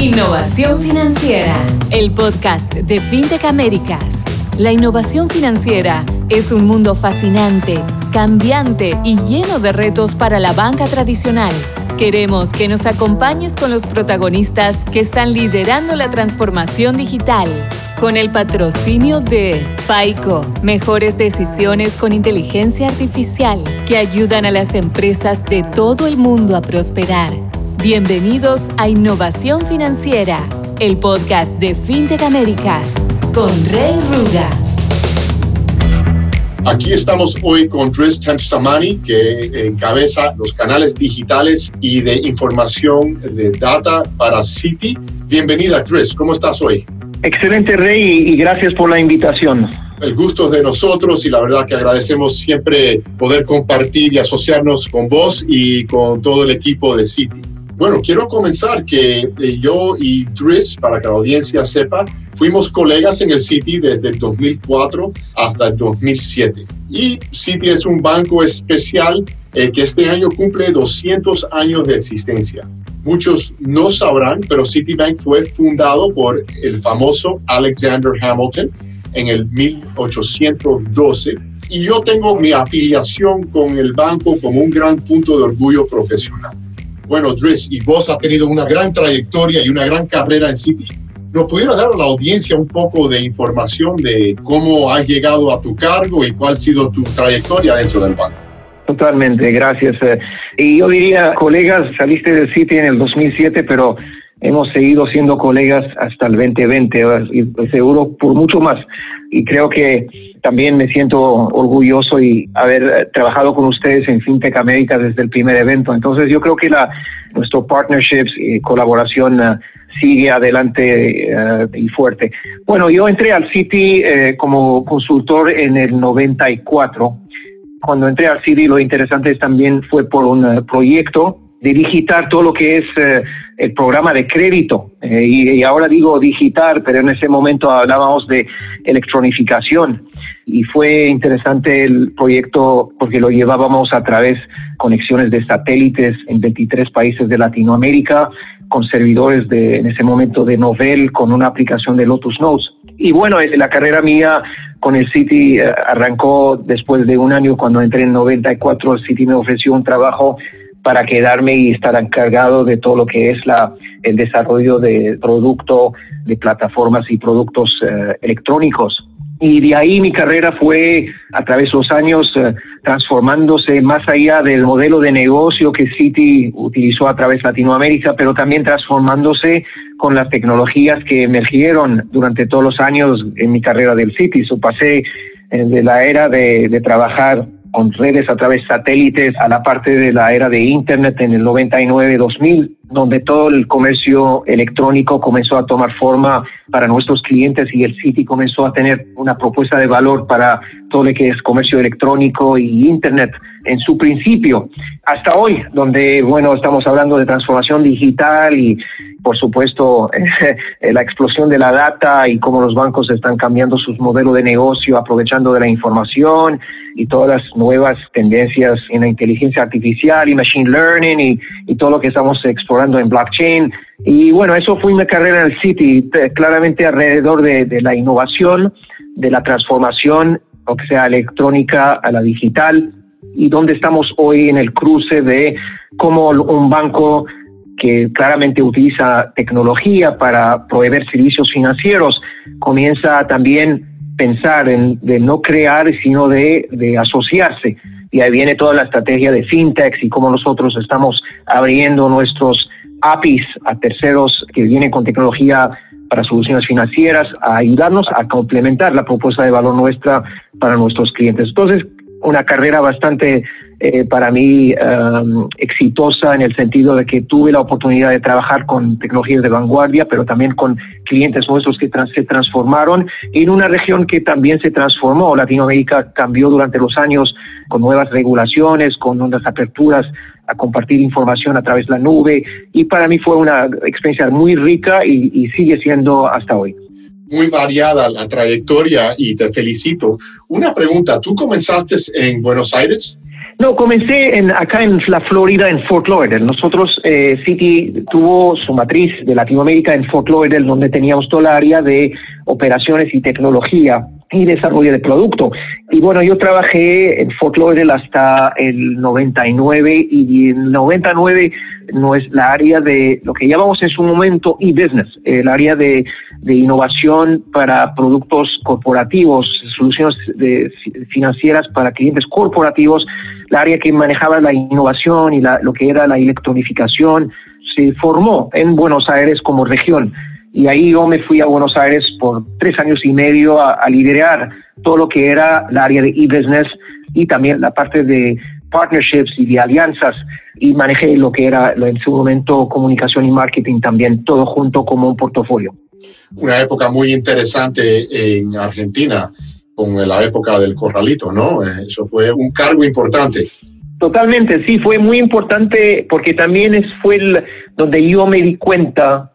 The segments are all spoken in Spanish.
Innovación Financiera, el podcast de FinTech Américas. La innovación financiera es un mundo fascinante, cambiante y lleno de retos para la banca tradicional. Queremos que nos acompañes con los protagonistas que están liderando la transformación digital. Con el patrocinio de FICO, mejores decisiones con inteligencia artificial que ayudan a las empresas de todo el mundo a prosperar. Bienvenidos a Innovación Financiera, el podcast de FinTech Américas, con Rey Ruga. Aquí estamos hoy con Dris Temsamani, que encabeza los canales digitales y de información de data para Citi. Bienvenida, Dris. ¿Cómo estás hoy? Excelente, Rey, y gracias por la invitación. El gusto es de nosotros y la verdad que agradecemos siempre poder compartir y asociarnos con vos y con todo el equipo de Citi. Bueno, quiero comenzar que yo y Dris, para que la audiencia sepa, fuimos colegas en el Citi desde el 2004 hasta el 2007. Y Citi es un banco especial que este año cumple 200 años de existencia. Muchos no sabrán, pero Citibank fue fundado por el famoso Alexander Hamilton en el 1812. Y yo tengo mi afiliación con el banco como un gran punto de orgullo profesional. Bueno, Dris, y vos has tenido una gran trayectoria y una gran carrera en Citi. ¿Nos pudieras dar a la audiencia un poco de información de cómo has llegado a tu cargo y cuál ha sido tu trayectoria dentro del banco? Totalmente, gracias. Y yo diría, colegas, saliste del Citi en el 2007, pero hemos seguido siendo colegas hasta el 2020, y seguro por mucho más. Y creo que también me siento orgulloso y haber trabajado con ustedes en FinTech Américas desde el primer evento. Entonces yo creo que nuestro partnerships y colaboración sigue adelante y fuerte. Bueno, yo entré al Citi como consultor en el 94. Cuando entré al Citi, lo interesante también fue por un proyecto de digitar todo lo que es el programa de crédito. Y ahora digo digitar, pero en ese momento hablábamos de electronificación. Y fue interesante el proyecto porque lo llevábamos a través de conexiones de satélites en 23 países de Latinoamérica, con servidores en ese momento de Novell, con una aplicación de Lotus Notes. Y bueno, la carrera mía con el Citi arrancó después de un año. Cuando entré en 94, el Citi me ofreció un trabajo para quedarme y estar encargado de todo lo que es el desarrollo de producto, de plataformas y productos electrónicos. Y de ahí mi carrera fue, a través de los años, transformándose más allá del modelo de negocio que Citi utilizó a través de Latinoamérica, pero también transformándose con las tecnologías que emergieron durante todos los años en mi carrera del Citi. Pasé de la era de trabajar con redes a través de satélites a la parte de la era de Internet en el 99-2000, donde todo el comercio electrónico comenzó a tomar forma para nuestros clientes y el Citi comenzó a tener una propuesta de valor para todo lo que es comercio electrónico y Internet en su principio, hasta hoy, donde, bueno, estamos hablando de transformación digital y, por supuesto, la explosión de la data y cómo los bancos están cambiando sus modelos de negocio, aprovechando de la información y todas las nuevas tendencias en la inteligencia artificial y machine learning y todo lo que estamos explorando en blockchain. Y bueno, eso fue una carrera en el Citi, claramente alrededor de la innovación, de la transformación, o que sea electrónica a la digital, y donde estamos hoy en el cruce de cómo un banco que claramente utiliza tecnología para proveer servicios financieros comienza también a pensar de no crear, sino de asociarse. Y ahí viene toda la estrategia de fintechs y cómo nosotros estamos abriendo nuestros APIs a terceros que vienen con tecnología para soluciones financieras, a ayudarnos a complementar la propuesta de valor nuestra para nuestros clientes. Entonces, una carrera bastante, para mí, exitosa en el sentido de que tuve la oportunidad de trabajar con tecnologías de vanguardia, pero también con clientes nuestros que se transformaron en una región que también se transformó. Latinoamérica cambió durante los años con nuevas regulaciones, con unas aperturas a compartir información a través de la nube, y para mí fue una experiencia muy rica y sigue siendo hasta hoy. Muy variada la trayectoria y te felicito. Una pregunta, ¿tú comenzaste en Buenos Aires? No, comencé acá en la Florida, en Fort Lauderdale. Nosotros, Citi tuvo su matriz de Latinoamérica en Fort Lauderdale, donde teníamos toda la área de operaciones y tecnología y desarrollo de producto. Y bueno, yo trabajé en Fort Lauderdale hasta el 99, y en el 99 no es la área de lo que llamamos en su momento e-business, el área de innovación para productos corporativos, soluciones financieras para clientes corporativos, la área que manejaba la innovación y lo que era la electronificación, se formó en Buenos Aires como región. Y ahí yo me fui a Buenos Aires por 3 años y medio a liderar todo lo que era la área de e-business y también la parte de partnerships y de alianzas, y manejé lo que era en su momento comunicación y marketing también, todo junto como un portafolio. Una época muy interesante en Argentina, con la época del Corralito, ¿no? Eso fue un cargo importante. Totalmente, sí, fue muy importante porque también fue donde yo me di cuenta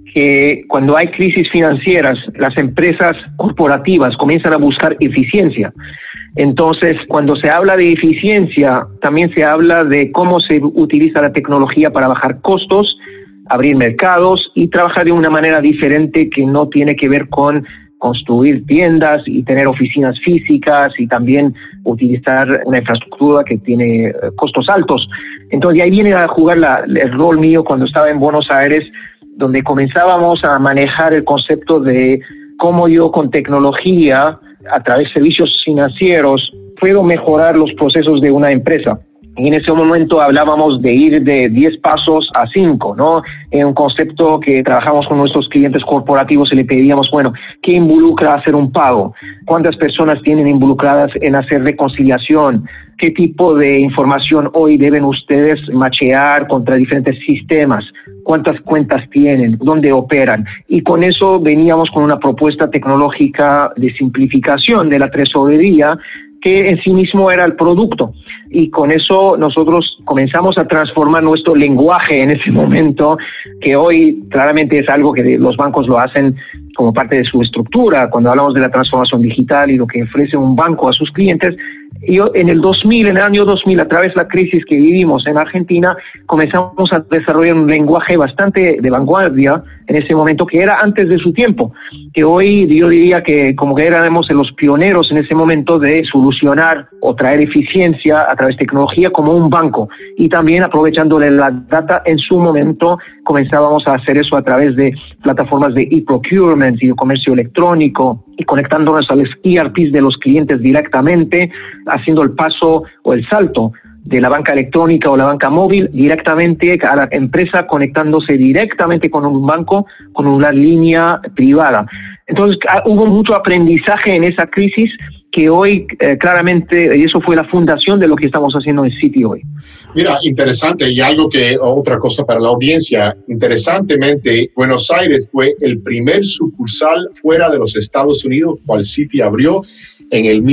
que cuando hay crisis financieras, las empresas corporativas comienzan a buscar eficiencia. Entonces, cuando se habla de eficiencia, también se habla de cómo se utiliza la tecnología para bajar costos, abrir mercados y trabajar de una manera diferente que no tiene que ver con construir tiendas y tener oficinas físicas y también utilizar una infraestructura que tiene costos altos. Entonces, de ahí viene a jugar el rol mío cuando estaba en Buenos Aires, donde comenzábamos a manejar el concepto de cómo yo con tecnología, a través de servicios financieros, puedo mejorar los procesos de una empresa. Y en ese momento hablábamos de ir de 10 pasos a 5, ¿no? En un concepto que trabajamos con nuestros clientes corporativos y le pedíamos, bueno, ¿qué involucra hacer un pago? ¿Cuántas personas tienen involucradas en hacer reconciliación? ¿Qué tipo de información hoy deben ustedes machear contra diferentes sistemas? ¿Cuántas cuentas tienen? ¿Dónde operan? Y con eso veníamos con una propuesta tecnológica de simplificación de la tesorería, que en sí mismo era el producto. Y con eso nosotros comenzamos a transformar nuestro lenguaje en ese momento, que hoy claramente es algo que los bancos lo hacen como parte de su estructura, cuando hablamos de la transformación digital y lo que ofrece un banco a sus clientes. Y en el año 2000, a través de la crisis que vivimos en Argentina, comenzamos a desarrollar un lenguaje bastante de vanguardia en ese momento, que era antes de su tiempo, que hoy yo diría que como que éramos los pioneros en ese momento de solucionar o traer eficiencia a través de tecnología como un banco, y también aprovechándole la data. En su momento comenzábamos a hacer eso a través de plataformas de e-procurement y de comercio electrónico, y conectándonos a los ERPs de los clientes directamente, haciendo el paso o el salto de la banca electrónica o la banca móvil directamente a la empresa, conectándose directamente con un banco, con una línea privada. Entonces hubo mucho aprendizaje en esa crisis que hoy claramente, y eso fue la fundación de lo que estamos haciendo en Citi hoy. Mira, interesante, y otra cosa para la audiencia. Interesantemente, Buenos Aires fue el primer sucursal fuera de los Estados Unidos cual Citi abrió en el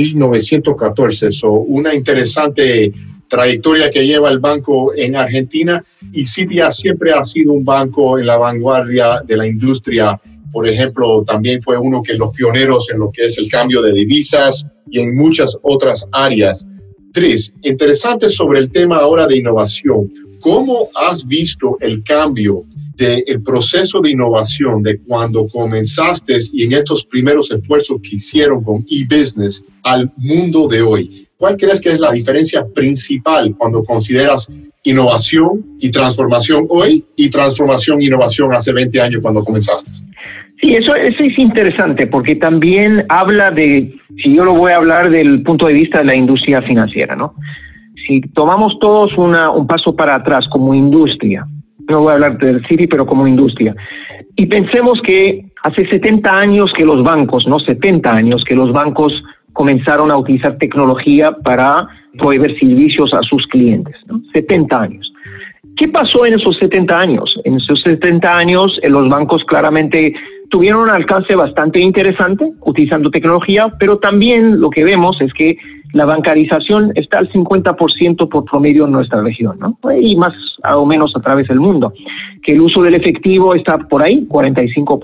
1914. Una interesante trayectoria que lleva el banco en Argentina, y Citi siempre ha sido un banco en la vanguardia de la industria. Por ejemplo, también fue uno que los pioneros en lo que es el cambio de divisas y en muchas otras áreas. Tris, interesante sobre el tema ahora de innovación. ¿Cómo has visto el cambio del proceso de innovación de cuando comenzaste y en estos primeros esfuerzos que hicieron con e-business al mundo de hoy? ¿Cuál crees que es la diferencia principal cuando consideras innovación y transformación hoy y transformación e innovación hace 20 años cuando comenzaste? Sí, eso es interesante porque también habla de, si yo lo voy a hablar del punto de vista de la industria financiera, ¿no? Si tomamos todos un paso para atrás como industria, no voy a hablar del Citi, pero como industria, y pensemos que hace 70 años que los bancos, ¿no? 70 años que los bancos comenzaron a utilizar tecnología para proveer servicios a sus clientes, ¿no? 70 años. ¿Qué pasó en esos 70 años? En esos 70 años, los bancos claramente tuvieron un alcance bastante interesante utilizando tecnología, pero también lo que vemos es que la bancarización está al 50% por promedio en nuestra región, ¿no? Y más o menos a través del mundo, que el uso del efectivo está por ahí, 45%,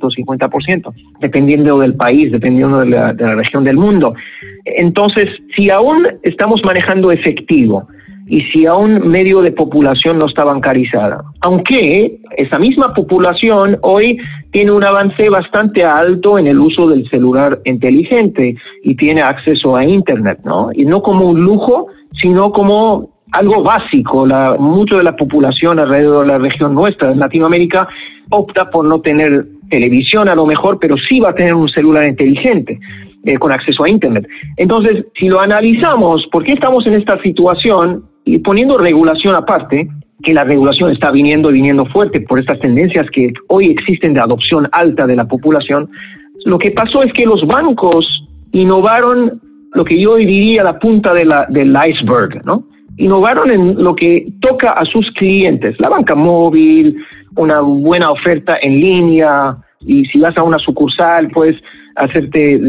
50%, dependiendo del país, dependiendo de la región del mundo. Entonces, si aún estamos manejando efectivo y si aún medio de población no está bancarizada, aunque esa misma población hoy tiene un avance bastante alto en el uso del celular inteligente y tiene acceso a Internet, ¿no? Y no como un lujo, sino como algo básico. Mucho de la población alrededor de la región nuestra, en Latinoamérica, opta por no tener televisión a lo mejor, pero sí va a tener un celular inteligente con acceso a Internet. Entonces, si lo analizamos, ¿por qué estamos en esta situación? Y poniendo regulación aparte, que la regulación está viniendo fuerte por estas tendencias que hoy existen de adopción alta de la población, lo que pasó es que los bancos innovaron lo que yo diría la punta del iceberg, ¿no? Innovaron en lo que toca a sus clientes, la banca móvil, una buena oferta en línea, y si vas a una sucursal, puedes hacer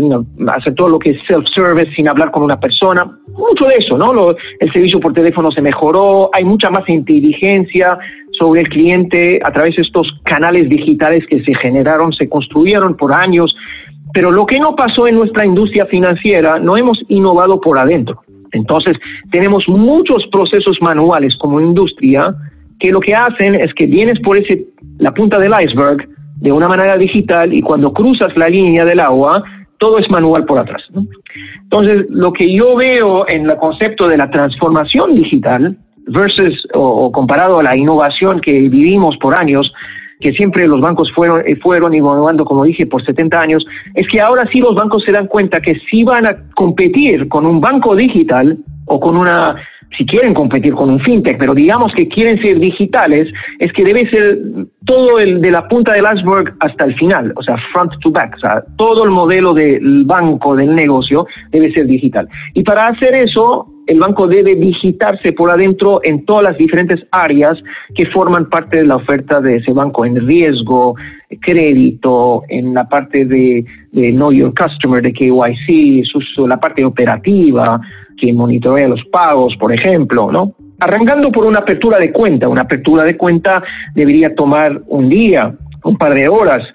todo lo que es self-service sin hablar con una persona. Mucho de eso, ¿no? El servicio por teléfono se mejoró, hay mucha más inteligencia sobre el cliente a través de estos canales digitales que se generaron, se construyeron por años. Pero lo que no pasó en nuestra industria financiera, no hemos innovado por adentro. Entonces, tenemos muchos procesos manuales como industria que lo que hacen es que vienes por la punta del iceberg de una manera digital y cuando cruzas la línea del agua, todo es manual por atrás, ¿no? Entonces, lo que yo veo en el concepto de la transformación digital versus o comparado a la innovación que vivimos por años, que siempre los bancos fueron innovando, como dije, por 70 años, es que ahora sí los bancos se dan cuenta que si van a competir con un banco digital o con si quieren competir con un fintech, pero digamos que quieren ser digitales, es que debe ser todo de la punta del iceberg hasta el final, o sea, front to back, o sea, todo el modelo del banco, del negocio, debe ser digital. Y para hacer eso, el banco debe digitarse por adentro en todas las diferentes áreas que forman parte de la oferta de ese banco, en riesgo, crédito, en la parte de Know Your Customer, de KYC, la parte operativa, que monitorea los pagos, por ejemplo, ¿no? Arrancando por una apertura de cuenta. Una apertura de cuenta debería tomar un día, un par de horas,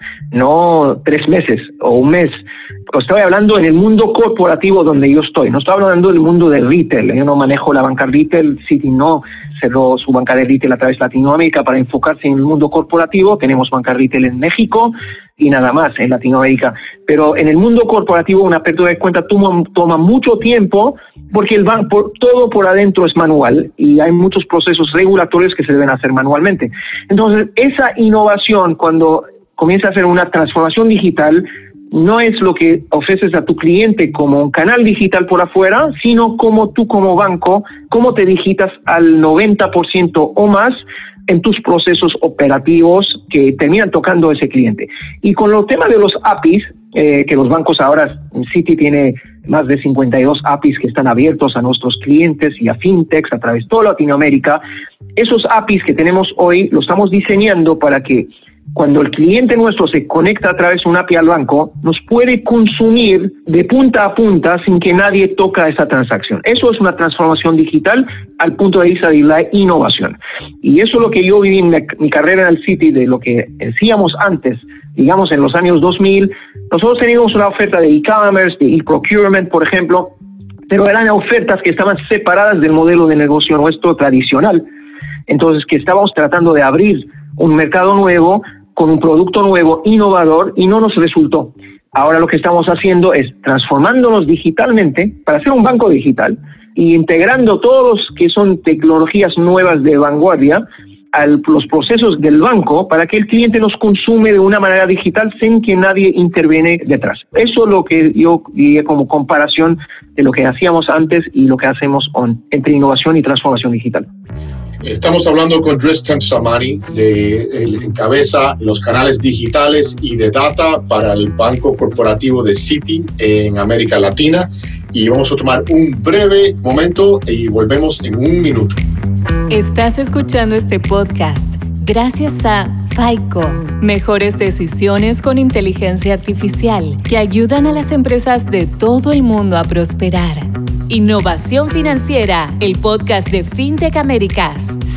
no 3 meses o un mes. Estoy hablando en el mundo corporativo donde yo estoy, no estoy hablando del mundo del retail. Yo no manejo la banca retail, Citi no cerró su banca de retail a través de Latinoamérica para enfocarse en el mundo corporativo. Tenemos banca retail en México y nada más en Latinoamérica. Pero en el mundo corporativo una apertura de cuenta toma mucho tiempo porque el banco, todo por adentro es manual y hay muchos procesos regulatorios que se deben hacer manualmente. Entonces, esa innovación, cuando comienza a hacer una transformación digital, no es lo que ofreces a tu cliente como un canal digital por afuera, sino como tú como banco, cómo te digitas al 90% o más en tus procesos operativos que terminan tocando a ese cliente. Y con los temas de los APIs, que los bancos ahora, Citi tiene más de 52 APIs que están abiertos a nuestros clientes y a fintechs a través de toda Latinoamérica. Esos APIs que tenemos hoy los estamos diseñando para que cuando el cliente nuestro se conecta a través de un API al banco, nos puede consumir de punta a punta sin que nadie toque esa transacción. Eso es una transformación digital al punto de vista de la innovación. Y eso es lo que yo viví en mi carrera en el Citi, de lo que hacíamos antes, digamos en los años 2000. Nosotros teníamos una oferta de e-commerce, de e-procurement, por ejemplo, pero eran ofertas que estaban separadas del modelo de negocio nuestro tradicional. Entonces, que estábamos tratando de abrir un mercado nuevo con un producto nuevo, innovador, y no nos resultó. Ahora lo que estamos haciendo es transformándonos digitalmente para ser un banco digital y integrando todos los que son tecnologías nuevas de vanguardia a los procesos del banco para que el cliente nos consume de una manera digital sin que nadie interviene detrás. Eso es lo que yo diría como comparación de lo que hacíamos antes y lo que hacemos entre innovación y transformación digital. Estamos hablando con Dries Temsamani, él encabeza los canales digitales y de data para el Banco Corporativo de Citi en América Latina. Y vamos a tomar un breve momento y volvemos en un minuto. Estás escuchando este podcast gracias a FICO, mejores decisiones con inteligencia artificial que ayudan a las empresas de todo el mundo a prosperar. Innovación Financiera, el podcast de FinTech Américas.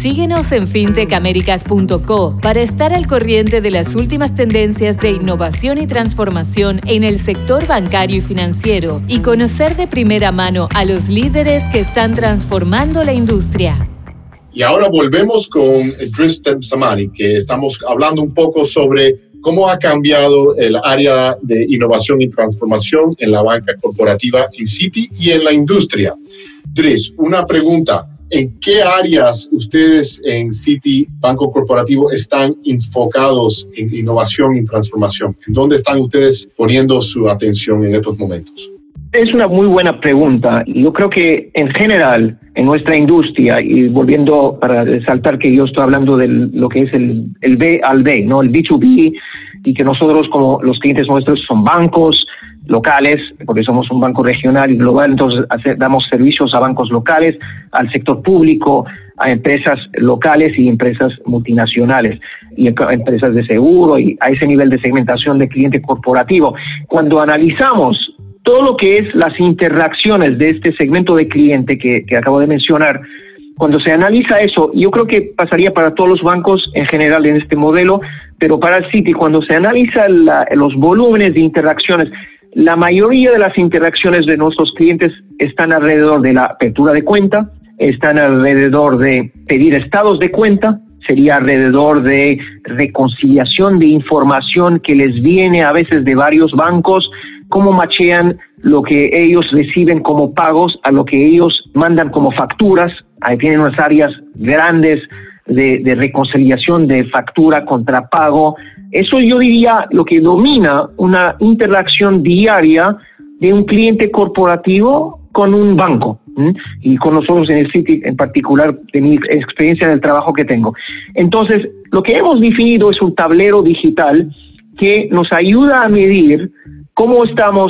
Síguenos en fintechamericas.co para estar al corriente de las últimas tendencias de innovación y transformación en el sector bancario y financiero y conocer de primera mano a los líderes que están transformando la industria. Y ahora volvemos con Dries Temsamani, que estamos hablando un poco sobre cómo ha cambiado el área de innovación y transformación en la banca corporativa en Citi y en la industria. Dries, una pregunta. ¿En qué áreas ustedes en Citi, Banco Corporativo, están enfocados en innovación y transformación? ¿En dónde están ustedes poniendo su atención en estos momentos? Es una muy buena pregunta. Yo creo que en general, en nuestra industria, y volviendo para resaltar que yo estoy hablando de lo que es el B al B, ¿no? El B2B, y que nosotros como los clientes nuestros son bancos locales, porque somos un banco regional y global, entonces damos servicios a bancos locales, al sector público, a empresas locales y empresas multinacionales y empresas de seguro y a ese nivel de segmentación de cliente corporativo. Cuando analizamos todo lo que es las interacciones de este segmento de cliente que acabo de mencionar, cuando se analiza eso, yo creo que pasaría para todos los bancos en general en este modelo, pero para el Citi, cuando se analiza los volúmenes de interacciones, la mayoría de las interacciones de nuestros clientes están alrededor de la apertura de cuenta, están alrededor de pedir estados de cuenta, sería alrededor de reconciliación de información que les viene a veces de varios bancos, cómo machean lo que ellos reciben como pagos a lo que ellos mandan como facturas. Ahí tienen unas áreas grandes de reconciliación de factura contra pago. Eso yo diría lo que domina una interacción diaria de un cliente corporativo con un banco, y con nosotros en el Citi en particular, de mi experiencia en el trabajo que tengo. Entonces, lo que hemos definido es un tablero digital que nos ayuda a medir cómo estamos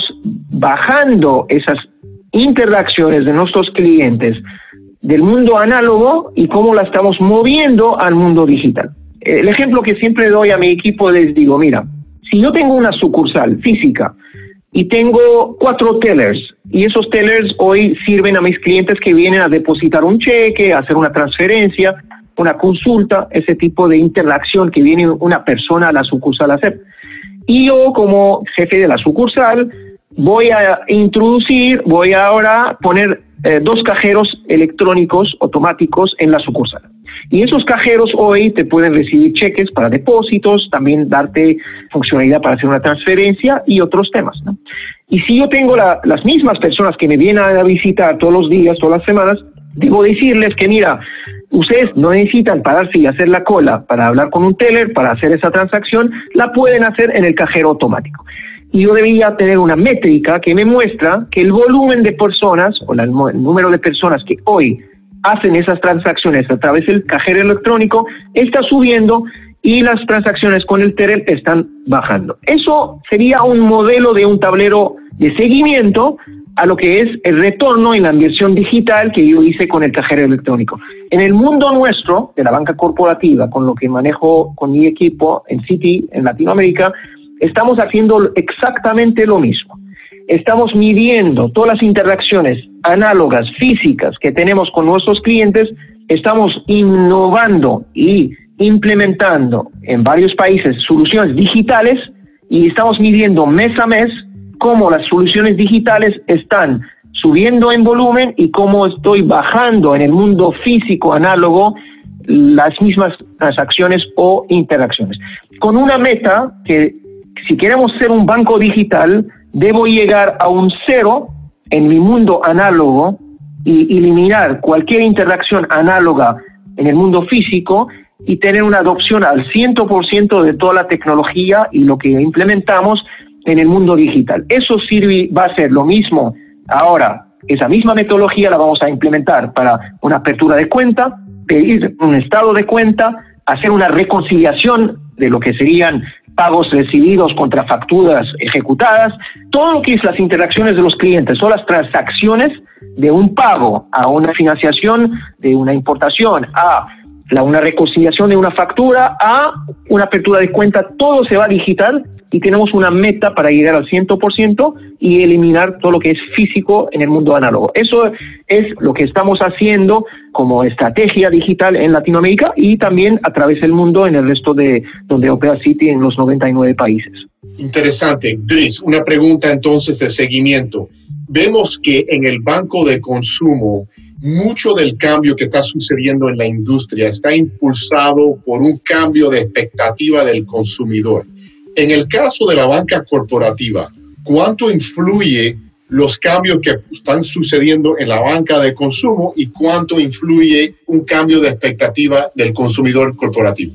bajando esas interacciones de nuestros clientes del mundo análogo y cómo la estamos moviendo al mundo digital. El ejemplo que siempre doy a mi equipo les digo, mira, si yo tengo una sucursal física y tengo 4 tellers, y esos tellers hoy sirven a mis clientes que vienen a depositar un cheque, a hacer una transferencia, una consulta, ese tipo de interacción que viene una persona a la sucursal a hacer. Y yo como jefe de la sucursal voy a ahora poner 2 cajeros electrónicos automáticos en la sucursal. Y esos cajeros hoy te pueden recibir cheques para depósitos, también darte funcionalidad para hacer una transferencia y otros temas, ¿no? Y si yo tengo las mismas personas que me vienen a visitar todos los días, todas las semanas, debo decirles que mira, ustedes no necesitan pararse y hacer la cola para hablar con un teller, para hacer esa transacción, la pueden hacer en el cajero automático. Y yo debería tener una métrica que me muestra que el volumen de personas o el número de personas que hoy hacen esas transacciones a través del cajero electrónico está subiendo y las transacciones con el teller están bajando. Eso sería un modelo de un tablero de seguimiento a lo que es el retorno en la inversión digital que yo hice con el cajero electrónico. En el mundo nuestro, de la banca corporativa, con lo que manejo con mi equipo en Citi, en Latinoamérica, estamos haciendo exactamente lo mismo. Estamos midiendo todas las interacciones análogas, físicas que tenemos con nuestros clientes, estamos innovando y implementando en varios países soluciones digitales y estamos midiendo mes a mes cómo las soluciones digitales están subiendo en volumen y cómo estoy bajando en el mundo físico análogo las mismas transacciones o interacciones. Con una meta que si queremos ser un banco digital, debo llegar a un 0 en mi mundo análogo y eliminar cualquier interacción análoga en el mundo físico y tener una adopción al 100% de toda la tecnología y lo que implementamos en el mundo digital. Eso va a ser lo mismo. Ahora, esa misma metodología la vamos a implementar para una apertura de cuenta, pedir un estado de cuenta, hacer una reconciliación de lo que serían pagos recibidos contra facturas ejecutadas, todo lo que es las interacciones de los clientes, son las transacciones de un pago a una financiación, de una importación, a una reconciliación de una factura, a una apertura de cuenta, todo se va digital y tenemos una meta para llegar al 100% y eliminar todo lo que es físico en el mundo análogo. Eso es lo que estamos haciendo como estrategia digital en Latinoamérica y también a través del mundo en el resto de donde opera Citi en los 99 países. Interesante. Dries, una pregunta entonces de seguimiento. Vemos que en el banco de consumo, mucho del cambio que está sucediendo en la industria está impulsado por un cambio de expectativa del consumidor. En el caso de la banca corporativa, ¿cuánto influye los cambios que están sucediendo en la banca de consumo y cuánto influye un cambio de expectativa del consumidor corporativo?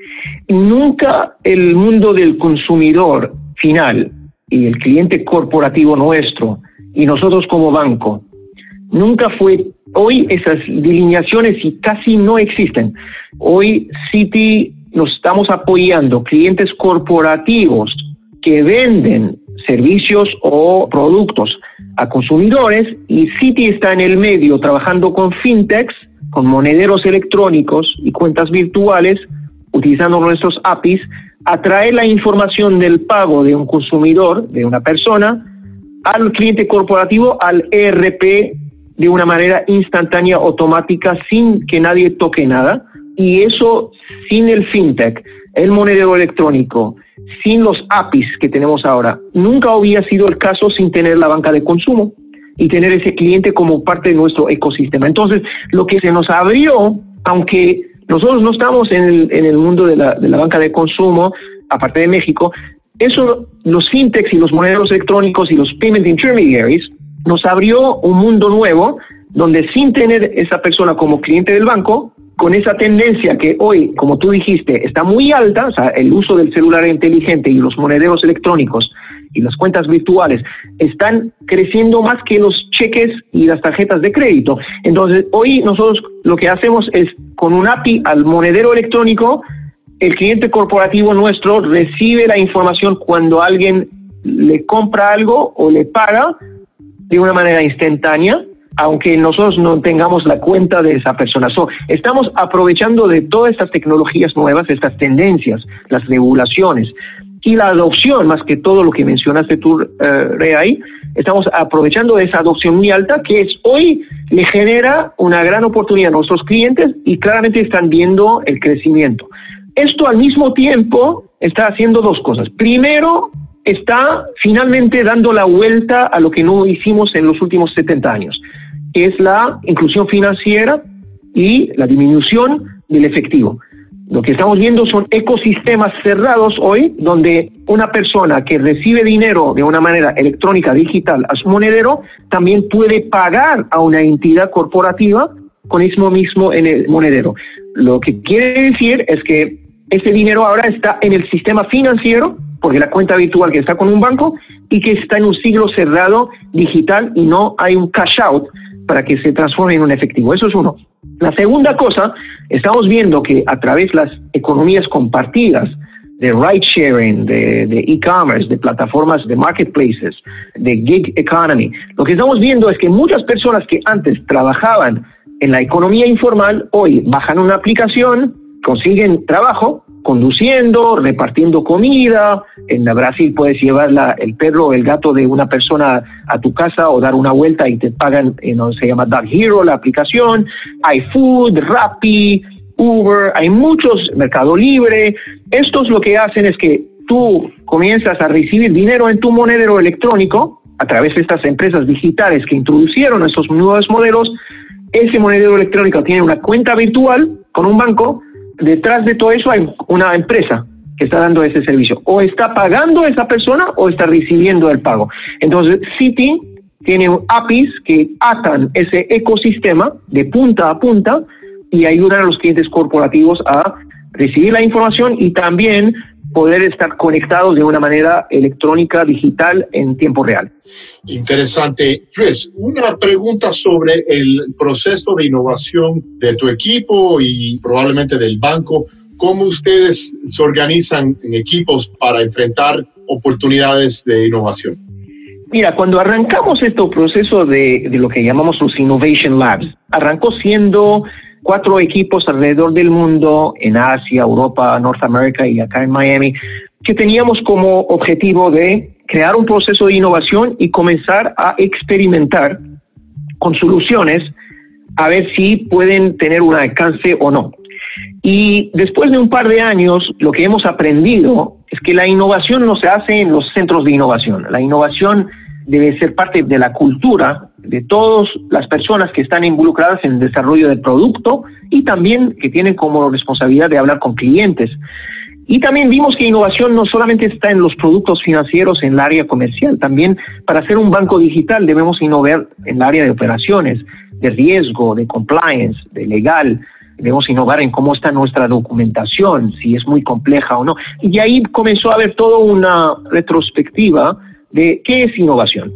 Nunca el mundo del consumidor final y el cliente corporativo nuestro y nosotros como banco, nunca fue. Hoy esas delineaciones casi no existen. Hoy Citi nos estamos apoyando clientes corporativos que venden servicios o productos a consumidores y Citi está en el medio trabajando con fintechs, con monederos electrónicos y cuentas virtuales, utilizando nuestros APIs, a traer la información del pago de un consumidor, de una persona, al cliente corporativo, al ERP, de una manera instantánea, automática, sin que nadie toque nada. Y eso sin el fintech, el monedero electrónico, sin los APIs que tenemos ahora, nunca hubiera sido el caso sin tener la banca de consumo y tener ese cliente como parte de nuestro ecosistema. Entonces, lo que se nos abrió, aunque nosotros no estamos en el mundo de la banca de consumo, aparte de México, eso, los fintechs y los monederos electrónicos y los payment intermediaries, nos abrió un mundo nuevo donde sin tener esa persona como cliente del banco, con esa tendencia que hoy, como tú dijiste, está muy alta, o sea, el uso del celular inteligente y los monederos electrónicos y las cuentas virtuales están creciendo más que los cheques y las tarjetas de crédito. Entonces, hoy nosotros lo que hacemos es, con un API al monedero electrónico, el cliente corporativo nuestro recibe la información cuando alguien le compra algo o le paga de una manera instantánea, aunque nosotros no tengamos la cuenta de esa persona. Estamos aprovechando de todas estas tecnologías nuevas, estas tendencias, las regulaciones y la adopción, más que todo lo que mencionaste tú, Ray, estamos aprovechando de esa adopción muy alta que hoy le genera una gran oportunidad a nuestros clientes y claramente están viendo el crecimiento. Esto al mismo tiempo está haciendo dos cosas. Primero, está finalmente dando la vuelta a lo que no hicimos en los últimos 70 años, que es la inclusión financiera y la disminución del efectivo. Lo que estamos viendo son ecosistemas cerrados hoy, donde una persona que recibe dinero de una manera electrónica, digital, a su monedero, también puede pagar a una entidad corporativa con eso mismo en el monedero. Lo que quiere decir es que este dinero ahora está en el sistema financiero, porque la cuenta virtual que está con un banco y que está en un siglo cerrado digital y no hay un cash out para que se transforme en un efectivo. Eso es uno. La segunda cosa, estamos viendo que a través de las economías compartidas, de ride sharing, de e-commerce, de plataformas de marketplaces, de gig economy, lo que estamos viendo es que muchas personas que antes trabajaban en la economía informal, hoy bajan una aplicación, consiguen trabajo, conduciendo, repartiendo comida. En Brasil puedes llevar el perro o el gato de una persona a tu casa o dar una vuelta y te pagan, se llama Dog Hero, la aplicación. Hay Food, Rappi, Uber, hay muchos, Mercado Libre. Estos lo que hacen es que tú comienzas a recibir dinero en tu monedero electrónico a través de estas empresas digitales que introducieron estos nuevos modelos. Ese monedero electrónico tiene una cuenta virtual con un banco. Detrás de todo eso hay una empresa que está dando ese servicio. O está pagando a esa persona o está recibiendo el pago. Entonces, Citi tiene APIs que atan ese ecosistema de punta a punta y ayudan a los clientes corporativos a recibir la información y también poder estar conectados de una manera electrónica, digital, en tiempo real. Interesante. Dries, una pregunta sobre el proceso de innovación de tu equipo y probablemente del banco. ¿Cómo ustedes se organizan en equipos para enfrentar oportunidades de innovación? Mira, cuando arrancamos este proceso de lo que llamamos los Innovation Labs, arrancó siendo 4 equipos alrededor del mundo, en Asia, Europa, Norteamérica y acá en Miami, que teníamos como objetivo de crear un proceso de innovación y comenzar a experimentar con soluciones a ver si pueden tener un alcance o no. Y después de un par de años, lo que hemos aprendido es que la innovación no se hace en los centros de innovación. La innovación debe ser parte de la cultura de todas las personas que están involucradas en el desarrollo del producto y también que tienen como responsabilidad de hablar con clientes. Y también vimos que innovación no solamente está en los productos financieros, en el área comercial, también para ser un banco digital debemos innovar en el área de operaciones, de riesgo, de compliance, de legal. Debemos innovar en cómo está nuestra documentación, si es muy compleja o no. Y ahí comenzó a haber toda una retrospectiva de qué es innovación.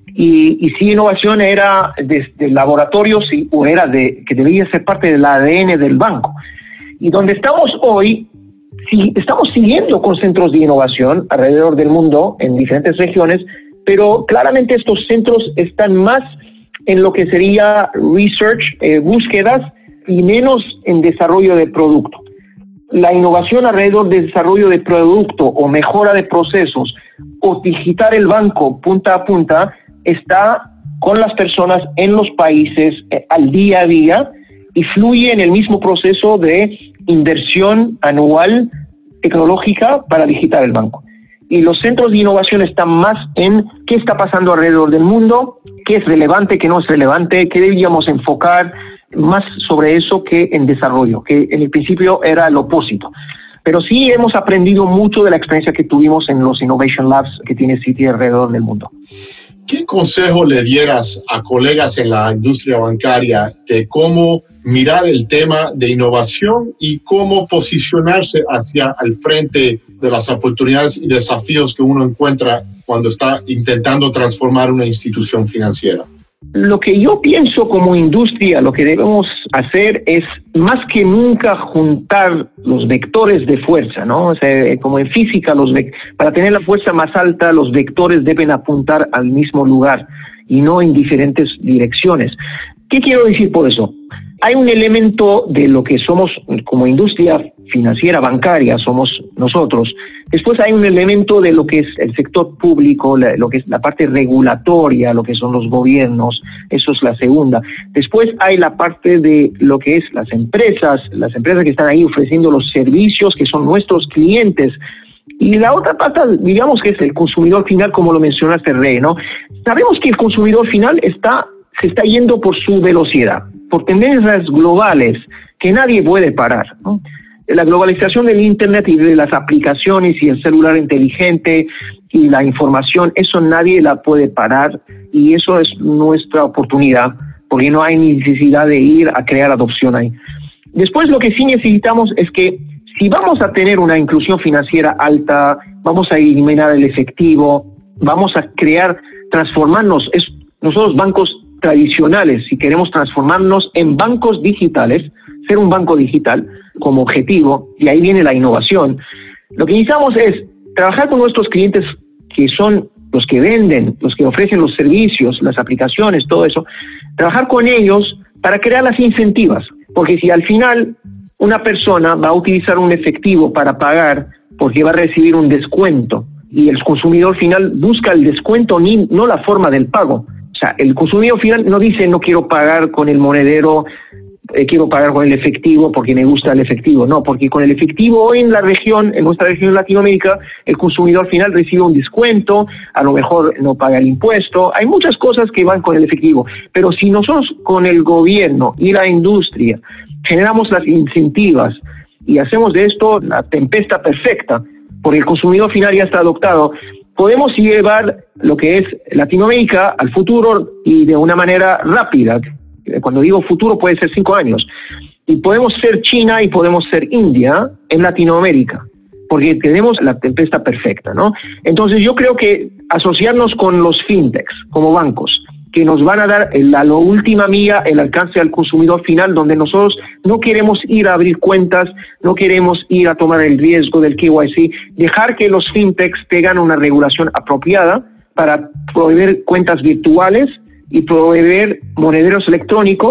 Y si innovación era desde laboratorio o era que debía ser parte del ADN del banco. Y donde estamos hoy, sí, estamos siguiendo con centros de innovación alrededor del mundo, en diferentes regiones, pero claramente estos centros están más en lo que sería research, búsquedas, y menos en desarrollo de producto. La innovación alrededor del desarrollo de producto o mejora de procesos o digitar el banco punta a punta está con las personas en los países al día a día y fluye en el mismo proceso de inversión anual tecnológica para digitar el banco. Y los centros de innovación están más en qué está pasando alrededor del mundo, qué es relevante, qué no es relevante, qué deberíamos enfocar, más sobre eso que en desarrollo, que en el principio era lo opuesto. Pero sí hemos aprendido mucho de la experiencia que tuvimos en los Innovation Labs que tiene Citi alrededor del mundo. ¿Qué consejo le dieras a colegas en la industria bancaria de cómo mirar el tema de innovación y cómo posicionarse hacia el frente de las oportunidades y desafíos que uno encuentra cuando está intentando transformar una institución financiera? Lo que yo pienso como industria, lo que debemos hacer es más que nunca juntar los vectores de fuerza, ¿no? O sea, como en física, para tener la fuerza más alta, los vectores deben apuntar al mismo lugar y no en diferentes direcciones. ¿Qué quiero decir por eso? Hay un elemento de lo que somos como industria financiera bancaria, somos nosotros. Después hay un elemento de lo que es el sector público, lo que es la parte regulatoria, lo que son los gobiernos, eso es la segunda. Después hay la parte de lo que es las empresas que están ahí ofreciendo los servicios, que son nuestros clientes. Y la otra parte, digamos que es el consumidor final, como lo mencionaste, Rey, ¿no? Sabemos que el consumidor final se está yendo por su velocidad, por tendencias globales que nadie puede parar, ¿no? La globalización del Internet y de las aplicaciones y el celular inteligente y la información, eso nadie la puede parar y eso es nuestra oportunidad porque no hay necesidad de ir a crear adopción ahí. Después lo que sí necesitamos es que si vamos a tener una inclusión financiera alta, vamos a eliminar el efectivo, vamos a transformarnos, nosotros bancos tradicionales, si queremos transformarnos en bancos digitales, ser un banco digital como objetivo, y ahí viene la innovación. Lo que necesitamos es trabajar con nuestros clientes que son los que venden, los que ofrecen los servicios, las aplicaciones, todo eso, trabajar con ellos para crear las incentivas, porque si al final una persona va a utilizar un efectivo para pagar porque va a recibir un descuento y el consumidor final busca el descuento, no la forma del pago. O sea, el consumidor final no dice no quiero pagar con el monedero, quiero pagar con el efectivo porque me gusta el efectivo. No, porque con el efectivo hoy en nuestra región de Latinoamérica, el consumidor final recibe un descuento, a lo mejor no paga el impuesto. Hay muchas cosas que van con el efectivo. Pero si nosotros con el gobierno y la industria generamos las incentivas y hacemos de esto la tempesta perfecta, porque el consumidor final ya está adoptado, podemos llevar lo que es Latinoamérica al futuro y de una manera rápida. Cuando digo futuro puede ser 5 años. Y podemos ser China y podemos ser India en Latinoamérica, porque tenemos la tempesta perfecta, ¿no? Entonces yo creo que asociarnos con los fintechs como bancos, que nos van a dar a la última milla el alcance al consumidor final, donde nosotros no queremos ir a abrir cuentas, no queremos ir a tomar el riesgo del KYC, dejar que los fintechs tengan una regulación apropiada para proveer cuentas virtuales y proveer monederos electrónicos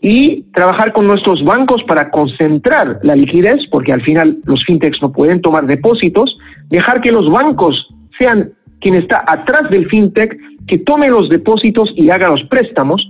y trabajar con nuestros bancos para concentrar la liquidez, porque al final los fintechs no pueden tomar depósitos, dejar que los bancos sean quien está atrás del fintech, que tome los depósitos y haga los préstamos,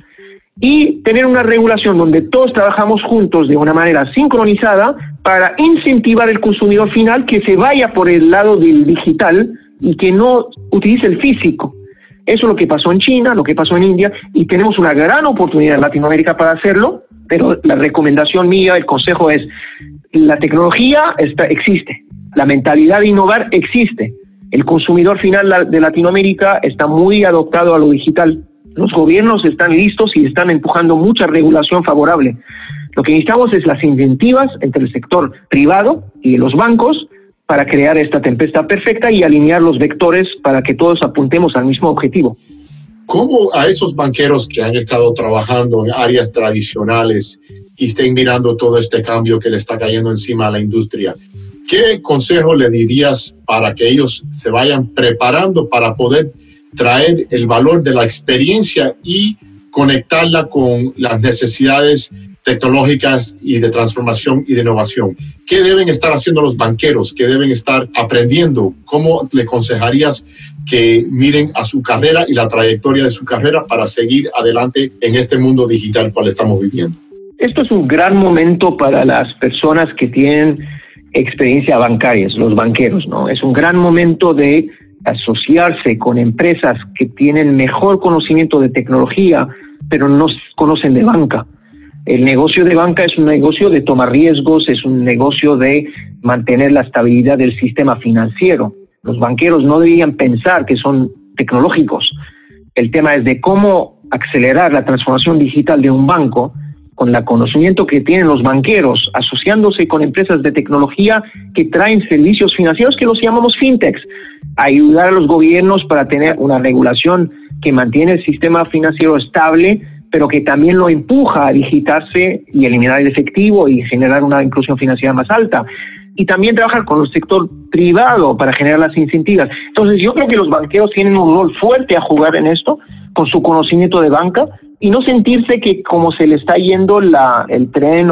y tener una regulación donde todos trabajamos juntos de una manera sincronizada para incentivar al consumidor final que se vaya por el lado del digital y que no utilice el físico. Eso es lo que pasó en China, lo que pasó en India, y tenemos una gran oportunidad en Latinoamérica para hacerlo, pero la recomendación mía, el consejo es, la tecnología existe, la mentalidad de innovar existe. El consumidor final de Latinoamérica está muy adoptado a lo digital. Los gobiernos están listos y están empujando mucha regulación favorable. Lo que necesitamos es las incentivas entre el sector privado y los bancos para crear esta tempestad perfecta y alinear los vectores para que todos apuntemos al mismo objetivo. ¿Cómo a esos banqueros que han estado trabajando en áreas tradicionales y estén mirando todo este cambio que le está cayendo encima a la industria, qué consejo le dirías para que ellos se vayan preparando para poder traer el valor de la experiencia y conectarla con las necesidades tecnológicas y de transformación y de innovación? ¿Qué deben estar haciendo los banqueros? ¿Qué deben estar aprendiendo? ¿Cómo le aconsejarías que miren a su carrera y la trayectoria de su carrera para seguir adelante en este mundo digital cual estamos viviendo? Esto es un gran momento para las personas que tienen experiencia bancaria, los banqueros, ¿no? Es un gran momento de asociarse con empresas que tienen mejor conocimiento de tecnología, pero no conocen de banca. El negocio de banca es un negocio de tomar riesgos, es un negocio de mantener la estabilidad del sistema financiero. Los banqueros no deberían pensar que son tecnológicos. El tema es de cómo acelerar la transformación digital de un banco con el conocimiento que tienen los banqueros, asociándose con empresas de tecnología que traen servicios financieros que los llamamos fintechs, ayudar a los gobiernos para tener una regulación que mantiene el sistema financiero estable, pero que también lo empuja a digitarse y eliminar el efectivo y generar una inclusión financiera más alta. Y también trabajar con el sector privado para generar las incentivas. Entonces yo creo que los banqueros tienen un rol fuerte a jugar en esto, con su conocimiento de banca, y no sentirse que como se le está yendo el tren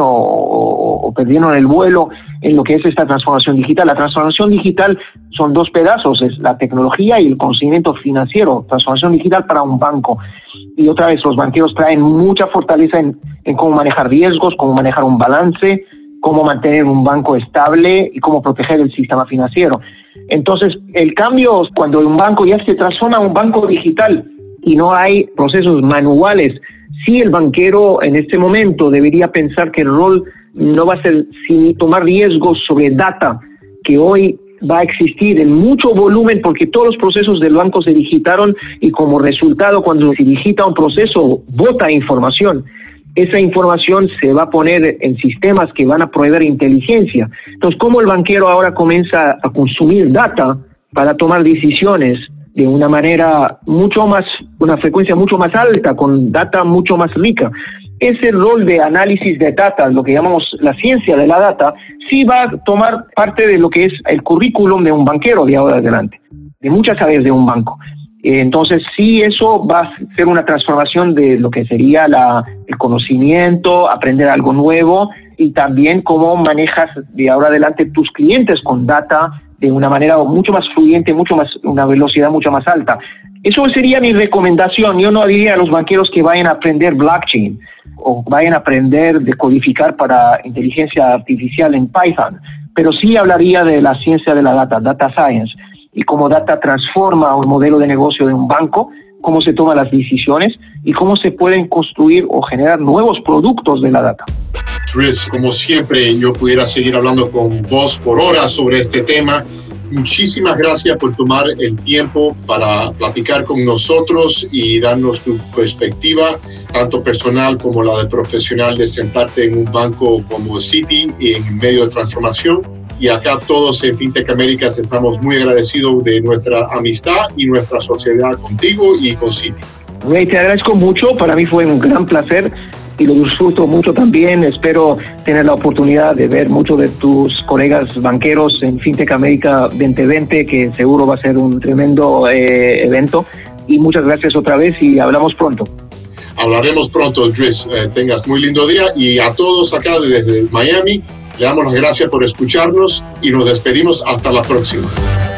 o perdiendo el vuelo en lo que es esta transformación digital. La transformación digital son dos pedazos, es la tecnología y el conocimiento financiero. Transformación digital para un banco. Y otra vez, los banqueros traen mucha fortaleza en cómo manejar riesgos, cómo manejar un balance, cómo mantener un banco estable y cómo proteger el sistema financiero. Entonces, el cambio, cuando un banco ya se transforma a un banco digital y no hay procesos manuales, sí el banquero en este momento debería pensar que el rol no va a ser sin tomar riesgos sobre data, que hoy va a existir en mucho volumen porque todos los procesos del banco se digitaron y como resultado cuando se digita un proceso bota información. Esa información se va a poner en sistemas que van a proveer inteligencia. Entonces, ¿cómo el banquero ahora comienza a consumir data para tomar decisiones de una manera mucho más, una frecuencia mucho más alta, con data mucho más rica? Ese rol de análisis de data, lo que llamamos la ciencia de la data, sí va a tomar parte de lo que es el currículum de un banquero de ahora adelante, de muchas áreas de un banco. Entonces, sí, eso va a ser una transformación de lo que sería el conocimiento, aprender algo nuevo y también cómo manejas de ahora adelante tus clientes con data de una manera mucho más fluyente, una velocidad mucho más alta. Eso sería mi recomendación. Yo no diría a los banqueros que vayan a aprender blockchain o vayan a aprender de codificar para inteligencia artificial en Python, pero sí hablaría de la ciencia de la data, data science, y cómo data transforma un modelo de negocio de un banco, cómo se toman las decisiones y cómo se pueden construir o generar nuevos productos de la data. Dries, como siempre, yo pudiera seguir hablando con vos por horas sobre este tema. Muchísimas gracias por tomar el tiempo para platicar con nosotros y darnos tu perspectiva, tanto personal como la de profesional, de sentarte en un banco como Citi en medio de transformación. Y acá todos en FinTech Américas estamos muy agradecidos de nuestra amistad y nuestra sociedad contigo y con Citi. Te agradezco mucho, para mí fue un gran placer y lo disfruto mucho también. Espero tener la oportunidad de ver muchos de tus colegas banqueros en FinTech América 2020, que seguro va a ser un tremendo evento. Y muchas gracias otra vez y hablamos pronto. Hablaremos pronto, Dries. Tengas muy lindo día, y a todos acá desde Miami le damos las gracias por escucharnos y nos despedimos hasta la próxima.